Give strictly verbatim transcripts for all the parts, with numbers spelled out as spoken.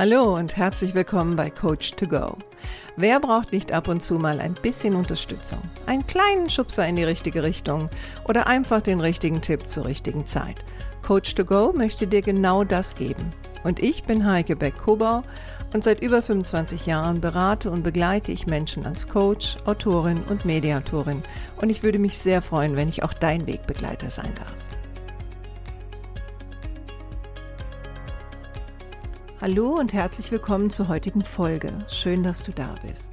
Hallo und herzlich willkommen bei Coach to Go. Wer braucht nicht ab und zu mal ein bisschen Unterstützung, einen kleinen Schubser in die richtige Richtung oder einfach den richtigen Tipp zur richtigen Zeit? Coach to Go möchte dir genau das geben. Und ich bin Heike Beck-Kobau und seit über fünfundzwanzig Jahren berate und begleite ich Menschen als Coach, Autorin und Mediatorin. Und ich würde mich sehr freuen, wenn ich auch dein Wegbegleiter sein darf. Hallo und herzlich willkommen zur heutigen Folge. Schön, dass du da bist.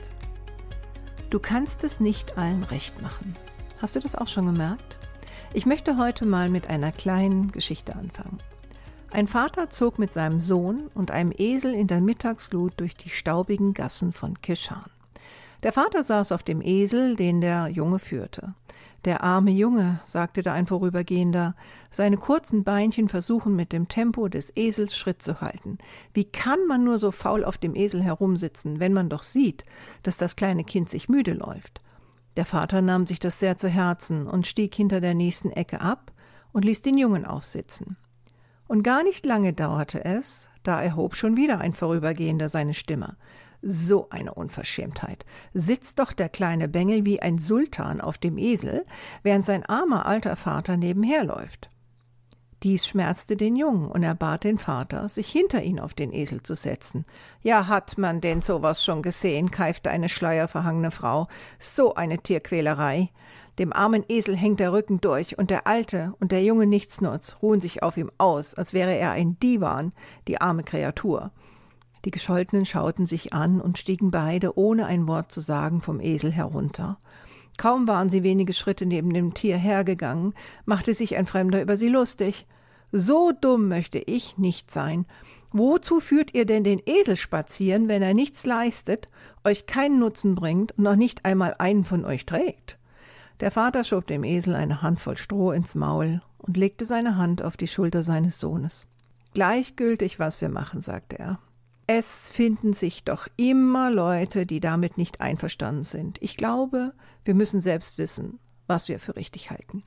Du kannst es nicht allen recht machen. Hast du das auch schon gemerkt? Ich möchte heute mal mit einer kleinen Geschichte anfangen. Ein Vater zog mit seinem Sohn und einem Esel in der Mittagsglut durch die staubigen Gassen von Keschan. Der Vater saß auf dem Esel, den der Junge führte. Der arme Junge, sagte da ein Vorübergehender, seine kurzen Beinchen versuchen mit dem Tempo des Esels Schritt zu halten. Wie kann man nur so faul auf dem Esel herumsitzen, wenn man doch sieht, dass das kleine Kind sich müde läuft? Der Vater nahm sich das sehr zu Herzen und stieg hinter der nächsten Ecke ab und ließ den Jungen aufsitzen. Und gar nicht lange dauerte es, da erhob schon wieder ein Vorübergehender seine Stimme. So eine Unverschämtheit. Sitzt doch der kleine Bengel wie ein Sultan auf dem Esel, während sein armer alter Vater nebenher läuft. Dies schmerzte den Jungen und er bat den Vater, sich hinter ihn auf den Esel zu setzen. Ja, hat man denn sowas schon gesehen, keifte eine schleierverhangene Frau. So eine Tierquälerei. Dem armen Esel hängt der Rücken durch und der Alte und der junge Nichtsnutz ruhen sich auf ihm aus, als wäre er ein Divan, die arme Kreatur. Die Gescholtenen schauten sich an und stiegen beide, ohne ein Wort zu sagen, vom Esel herunter. Kaum waren sie wenige Schritte neben dem Tier hergegangen, machte sich ein Fremder über sie lustig. »So dumm möchte ich nicht sein. Wozu führt ihr denn den Esel spazieren, wenn er nichts leistet, euch keinen Nutzen bringt und noch nicht einmal einen von euch trägt?« Der Vater schob dem Esel eine Handvoll Stroh ins Maul und legte seine Hand auf die Schulter seines Sohnes. »Gleichgültig, was wir machen«, sagte er. Es finden sich doch immer Leute, die damit nicht einverstanden sind. Ich glaube, wir müssen selbst wissen, was wir für richtig halten.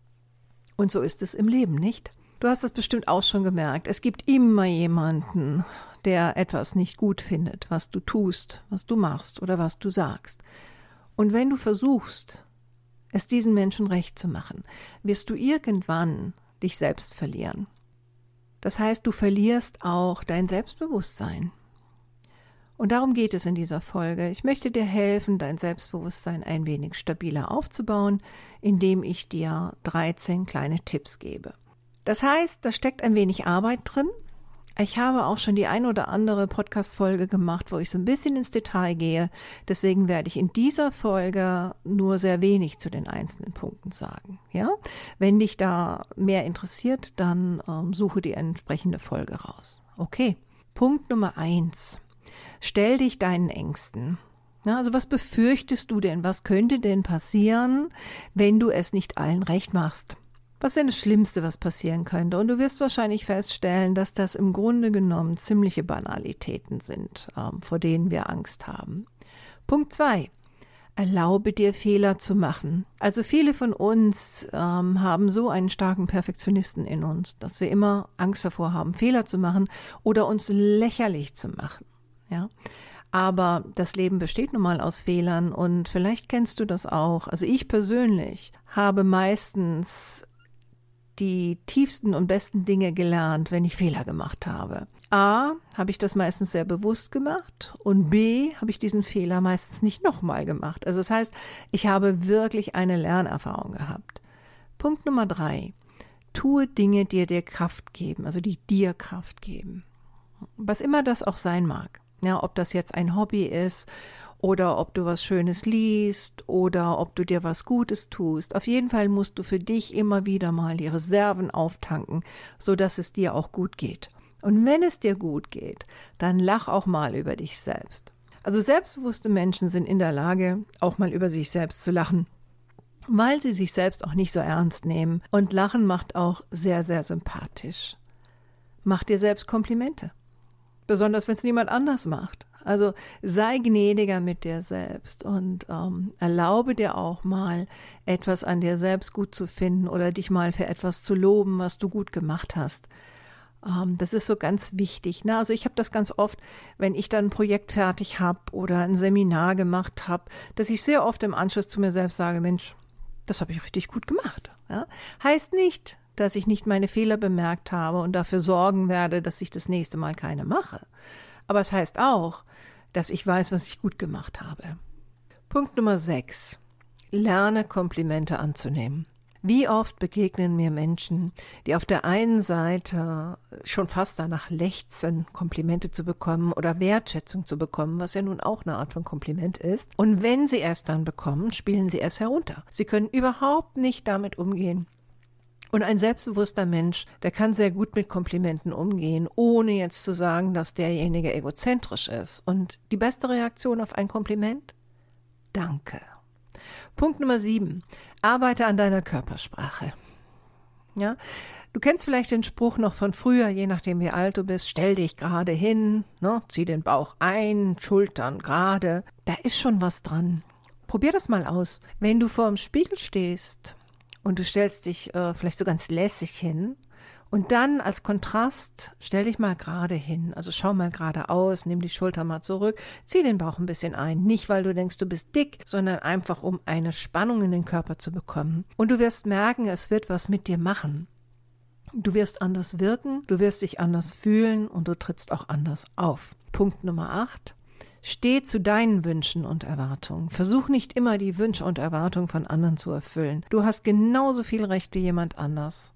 Und so ist es im Leben, nicht? Du hast es bestimmt auch schon gemerkt. Es gibt immer jemanden, der etwas nicht gut findet, was du tust, was du machst oder was du sagst. Und wenn du versuchst, es diesen Menschen recht zu machen, wirst du irgendwann dich selbst verlieren. Das heißt, du verlierst auch dein Selbstbewusstsein. Und darum geht es in dieser Folge. Ich möchte dir helfen, dein Selbstbewusstsein ein wenig stabiler aufzubauen, indem ich dir dreizehn kleine Tipps gebe. Das heißt, da steckt ein wenig Arbeit drin. Ich habe auch schon die ein oder andere Podcast-Folge gemacht, wo ich so ein bisschen ins Detail gehe. Deswegen werde ich in dieser Folge nur sehr wenig zu den einzelnen Punkten sagen. Ja? Wenn dich da mehr interessiert, dann ähm, suche die entsprechende Folge raus. Okay, Punkt Nummer eins. Stell dich deinen Ängsten. Na, also was befürchtest du denn? Was könnte denn passieren, wenn du es nicht allen recht machst? Was ist denn das Schlimmste, was passieren könnte? Und du wirst wahrscheinlich feststellen, dass das im Grunde genommen ziemliche Banalitäten sind, ähm, vor denen wir Angst haben. Punkt zwei. Erlaube dir, Fehler zu machen. Also viele von uns ähm, haben so einen starken Perfektionisten in uns, dass wir immer Angst davor haben, Fehler zu machen oder uns lächerlich zu machen. Ja? Aber das Leben besteht nun mal aus Fehlern und vielleicht kennst du das auch. Also ich persönlich habe meistens die tiefsten und besten Dinge gelernt, wenn ich Fehler gemacht habe. A, habe ich das meistens sehr bewusst gemacht und B, habe ich diesen Fehler meistens nicht nochmal gemacht. Also das heißt, ich habe wirklich eine Lernerfahrung gehabt. Punkt Nummer drei, tue Dinge, die dir Kraft geben, also die dir Kraft geben. Was immer das auch sein mag. Ja, ob das jetzt ein Hobby ist oder ob du was Schönes liest oder ob du dir was Gutes tust. Auf jeden Fall musst du für dich immer wieder mal die Reserven auftanken, sodass es dir auch gut geht. Und wenn es dir gut geht, dann lach auch mal über dich selbst. Also selbstbewusste Menschen sind in der Lage, auch mal über sich selbst zu lachen, weil sie sich selbst auch nicht so ernst nehmen. Und Lachen macht auch sehr, sehr sympathisch. Mach dir selbst Komplimente. Besonders, wenn es niemand anders macht. Also sei gnädiger mit dir selbst und ähm, erlaube dir auch mal, etwas an dir selbst gut zu finden oder dich mal für etwas zu loben, was du gut gemacht hast. Das ist so ganz wichtig. Ne? Also ich habe das ganz oft, wenn ich dann ein Projekt fertig habe oder ein Seminar gemacht habe, dass ich sehr oft im Anschluss zu mir selbst sage, Mensch, das habe ich richtig gut gemacht. Ja? Heißt nicht, dass ich nicht meine Fehler bemerkt habe und dafür sorgen werde, dass ich das nächste Mal keine mache. Aber es heißt auch, dass ich weiß, was ich gut gemacht habe. Punkt Nummer sechs. Lerne Komplimente anzunehmen. Wie oft begegnen mir Menschen, die auf der einen Seite schon fast danach lechzen, Komplimente zu bekommen oder Wertschätzung zu bekommen, was ja nun auch eine Art von Kompliment ist. Und wenn sie es dann bekommen, spielen sie es herunter. Sie können überhaupt nicht damit umgehen. Und ein selbstbewusster Mensch, der kann sehr gut mit Komplimenten umgehen, ohne jetzt zu sagen, dass derjenige egozentrisch ist. Und die beste Reaktion auf ein Kompliment? Danke. Punkt Nummer sieben. Arbeite an deiner Körpersprache. Ja, du kennst vielleicht den Spruch noch von früher, je nachdem wie alt du bist, stell dich gerade hin, ne, zieh den Bauch ein, Schultern gerade. Da ist schon was dran. Probier das mal aus. Wenn du vor dem Spiegel stehst und du stellst dich äh, vielleicht so ganz lässig hin und dann als Kontrast stell dich mal gerade hin. Also schau mal gerade aus, nimm die Schulter mal zurück, zieh den Bauch ein bisschen ein. Nicht, weil du denkst, du bist dick, sondern einfach, um eine Spannung in den Körper zu bekommen. Und du wirst merken, es wird was mit dir machen. Du wirst anders wirken, du wirst dich anders fühlen und du trittst auch anders auf. Punkt Nummer acht. Steh zu deinen Wünschen und Erwartungen. Versuch nicht immer die Wünsche und Erwartungen von anderen zu erfüllen. Du hast genauso viel Recht wie jemand anders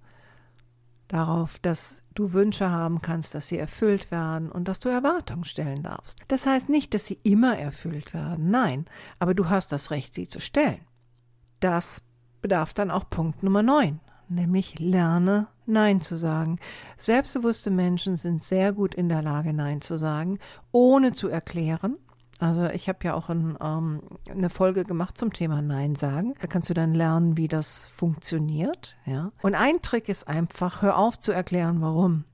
darauf, dass du Wünsche haben kannst, dass sie erfüllt werden und dass du Erwartungen stellen darfst. Das heißt nicht, dass sie immer erfüllt werden, nein, aber du hast das Recht, sie zu stellen. Das bedarf dann auch Punkt Nummer neun, nämlich lerne Nein zu sagen. Selbstbewusste Menschen sind sehr gut in der Lage, Nein zu sagen, ohne zu erklären. Also ich habe ja auch ein, ähm, eine Folge gemacht zum Thema Nein sagen. Da kannst du dann lernen, wie das funktioniert. Ja? Und ein Trick ist einfach, hör auf zu erklären, warum.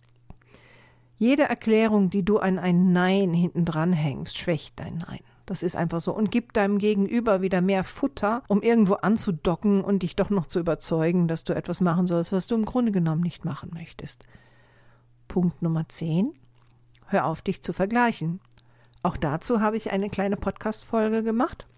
Jede Erklärung, die du an ein Nein hinten dran hängst, schwächt dein Nein. Das ist einfach so. Und gib deinem Gegenüber wieder mehr Futter, um irgendwo anzudocken und dich doch noch zu überzeugen, dass du etwas machen sollst, was du im Grunde genommen nicht machen möchtest. Punkt Nummer zehn. Hör auf, dich zu vergleichen. Auch dazu habe ich eine kleine Podcast-Folge gemacht,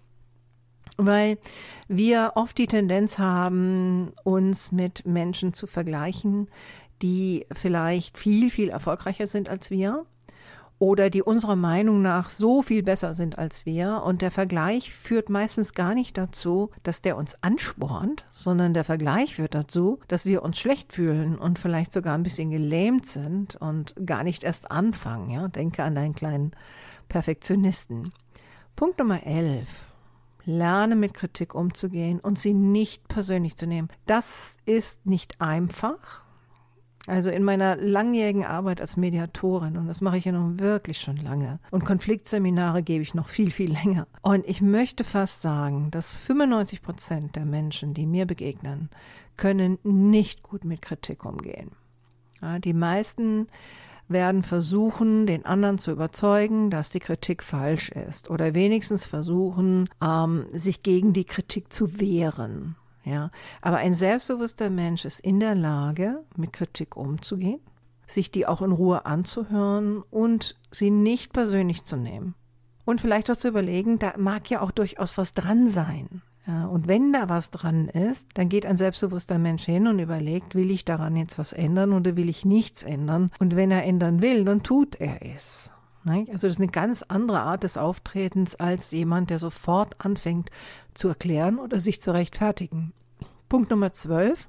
weil wir oft die Tendenz haben, uns mit Menschen zu vergleichen, die vielleicht viel, viel erfolgreicher sind als wir oder die unserer Meinung nach so viel besser sind als wir. Und der Vergleich führt meistens gar nicht dazu, dass der uns anspornt, sondern der Vergleich führt dazu, dass wir uns schlecht fühlen und vielleicht sogar ein bisschen gelähmt sind und gar nicht erst anfangen. Ja? Denke an deinen kleinen Perfektionisten. Punkt Nummer elf. Lerne mit Kritik umzugehen und sie nicht persönlich zu nehmen. Das ist nicht einfach. Also in meiner langjährigen Arbeit als Mediatorin, und das mache ich ja nun wirklich schon lange, und Konfliktseminare gebe ich noch viel, viel länger. Und ich möchte fast sagen, dass fünfundneunzig Prozent der Menschen, die mir begegnen, können nicht gut mit Kritik umgehen. Ja, die meisten werden versuchen, den anderen zu überzeugen, dass die Kritik falsch ist oder wenigstens versuchen, ähm, sich gegen die Kritik zu wehren. Ja? Aber ein selbstbewusster Mensch ist in der Lage, mit Kritik umzugehen, sich die auch in Ruhe anzuhören und sie nicht persönlich zu nehmen. Und vielleicht auch zu überlegen, da mag ja auch durchaus was dran sein. Ja, und wenn da was dran ist, dann geht ein selbstbewusster Mensch hin und überlegt, will ich daran jetzt was ändern oder will ich nichts ändern? Und wenn er ändern will, dann tut er es. Also das ist eine ganz andere Art des Auftretens als jemand, der sofort anfängt zu erklären oder sich zu rechtfertigen. Punkt Nummer zwölf.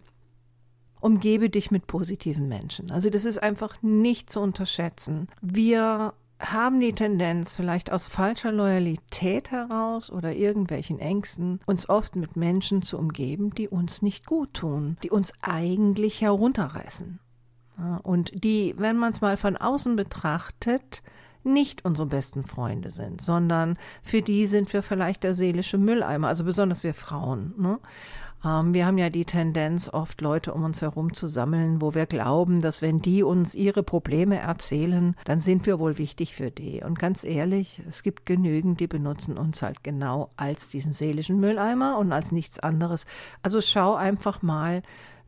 Umgebe dich mit positiven Menschen. Also das ist einfach nicht zu unterschätzen. Wir haben die Tendenz, vielleicht aus falscher Loyalität heraus oder irgendwelchen Ängsten, uns oft mit Menschen zu umgeben, die uns nicht gut tun, die uns eigentlich herunterreißen. Ja, und die, wenn man es mal von außen betrachtet, nicht unsere besten Freunde sind, sondern für die sind wir vielleicht der seelische Mülleimer, also besonders wir Frauen, ne? Ähm, wir haben ja die Tendenz, oft Leute um uns herum zu sammeln, wo wir glauben, dass wenn die uns ihre Probleme erzählen, dann sind wir wohl wichtig für die. Und ganz ehrlich, es gibt genügend, die benutzen uns halt genau als diesen seelischen Mülleimer und als nichts anderes. Also schau einfach mal,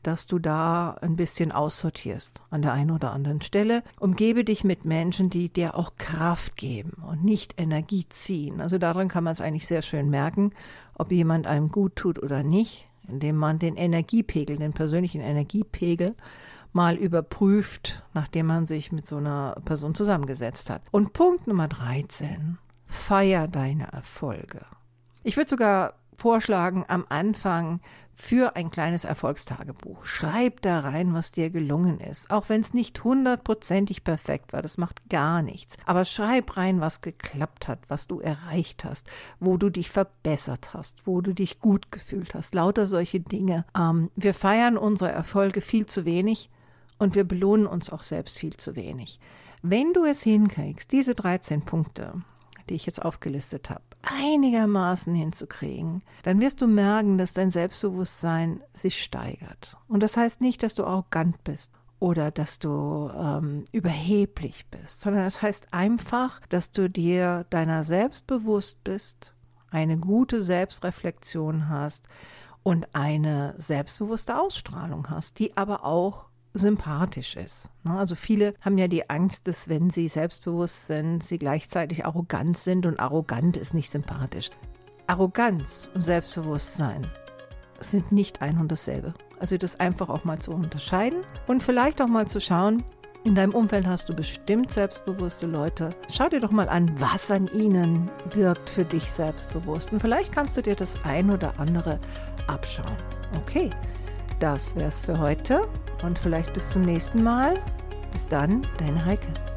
dass du da ein bisschen aussortierst an der einen oder anderen Stelle. Umgebe dich mit Menschen, die dir auch Kraft geben und nicht Energie ziehen. Also daran kann man es eigentlich sehr schön merken, ob jemand einem gut tut oder nicht, indem man den Energiepegel, den persönlichen Energiepegel mal überprüft, nachdem man sich mit so einer Person zusammengesetzt hat. Und Punkt Nummer dreizehn, feier deine Erfolge. Ich würde sogar vorschlagen, am Anfang für ein kleines Erfolgstagebuch. Schreib da rein, was dir gelungen ist. Auch wenn es nicht hundertprozentig perfekt war, das macht gar nichts. Aber schreib rein, was geklappt hat, was du erreicht hast, wo du dich verbessert hast, wo du dich gut gefühlt hast. Lauter solche Dinge. Ähm, wir feiern unsere Erfolge viel zu wenig und wir belohnen uns auch selbst viel zu wenig. Wenn du es hinkriegst, diese dreizehn Punkte, die ich jetzt aufgelistet habe, einigermaßen hinzukriegen, dann wirst du merken, dass dein Selbstbewusstsein sich steigert. Und das heißt nicht, dass du arrogant bist oder dass du ähm, überheblich bist, sondern das heißt einfach, dass du dir deiner selbst bewusst bist, eine gute Selbstreflexion hast und eine selbstbewusste Ausstrahlung hast, die aber auch sympathisch ist. Also viele haben ja die Angst, dass wenn sie selbstbewusst sind, sie gleichzeitig arrogant sind und arrogant ist nicht sympathisch. Arroganz und Selbstbewusstsein sind nicht ein und dasselbe. Also das einfach auch mal zu unterscheiden und vielleicht auch mal zu schauen, in deinem Umfeld hast du bestimmt selbstbewusste Leute. Schau dir doch mal an, was an ihnen wirkt für dich selbstbewusst. Und vielleicht kannst du dir das ein oder andere abschauen. Okay, das wär's für heute. Und vielleicht bis zum nächsten Mal. Bis dann, deine Heike.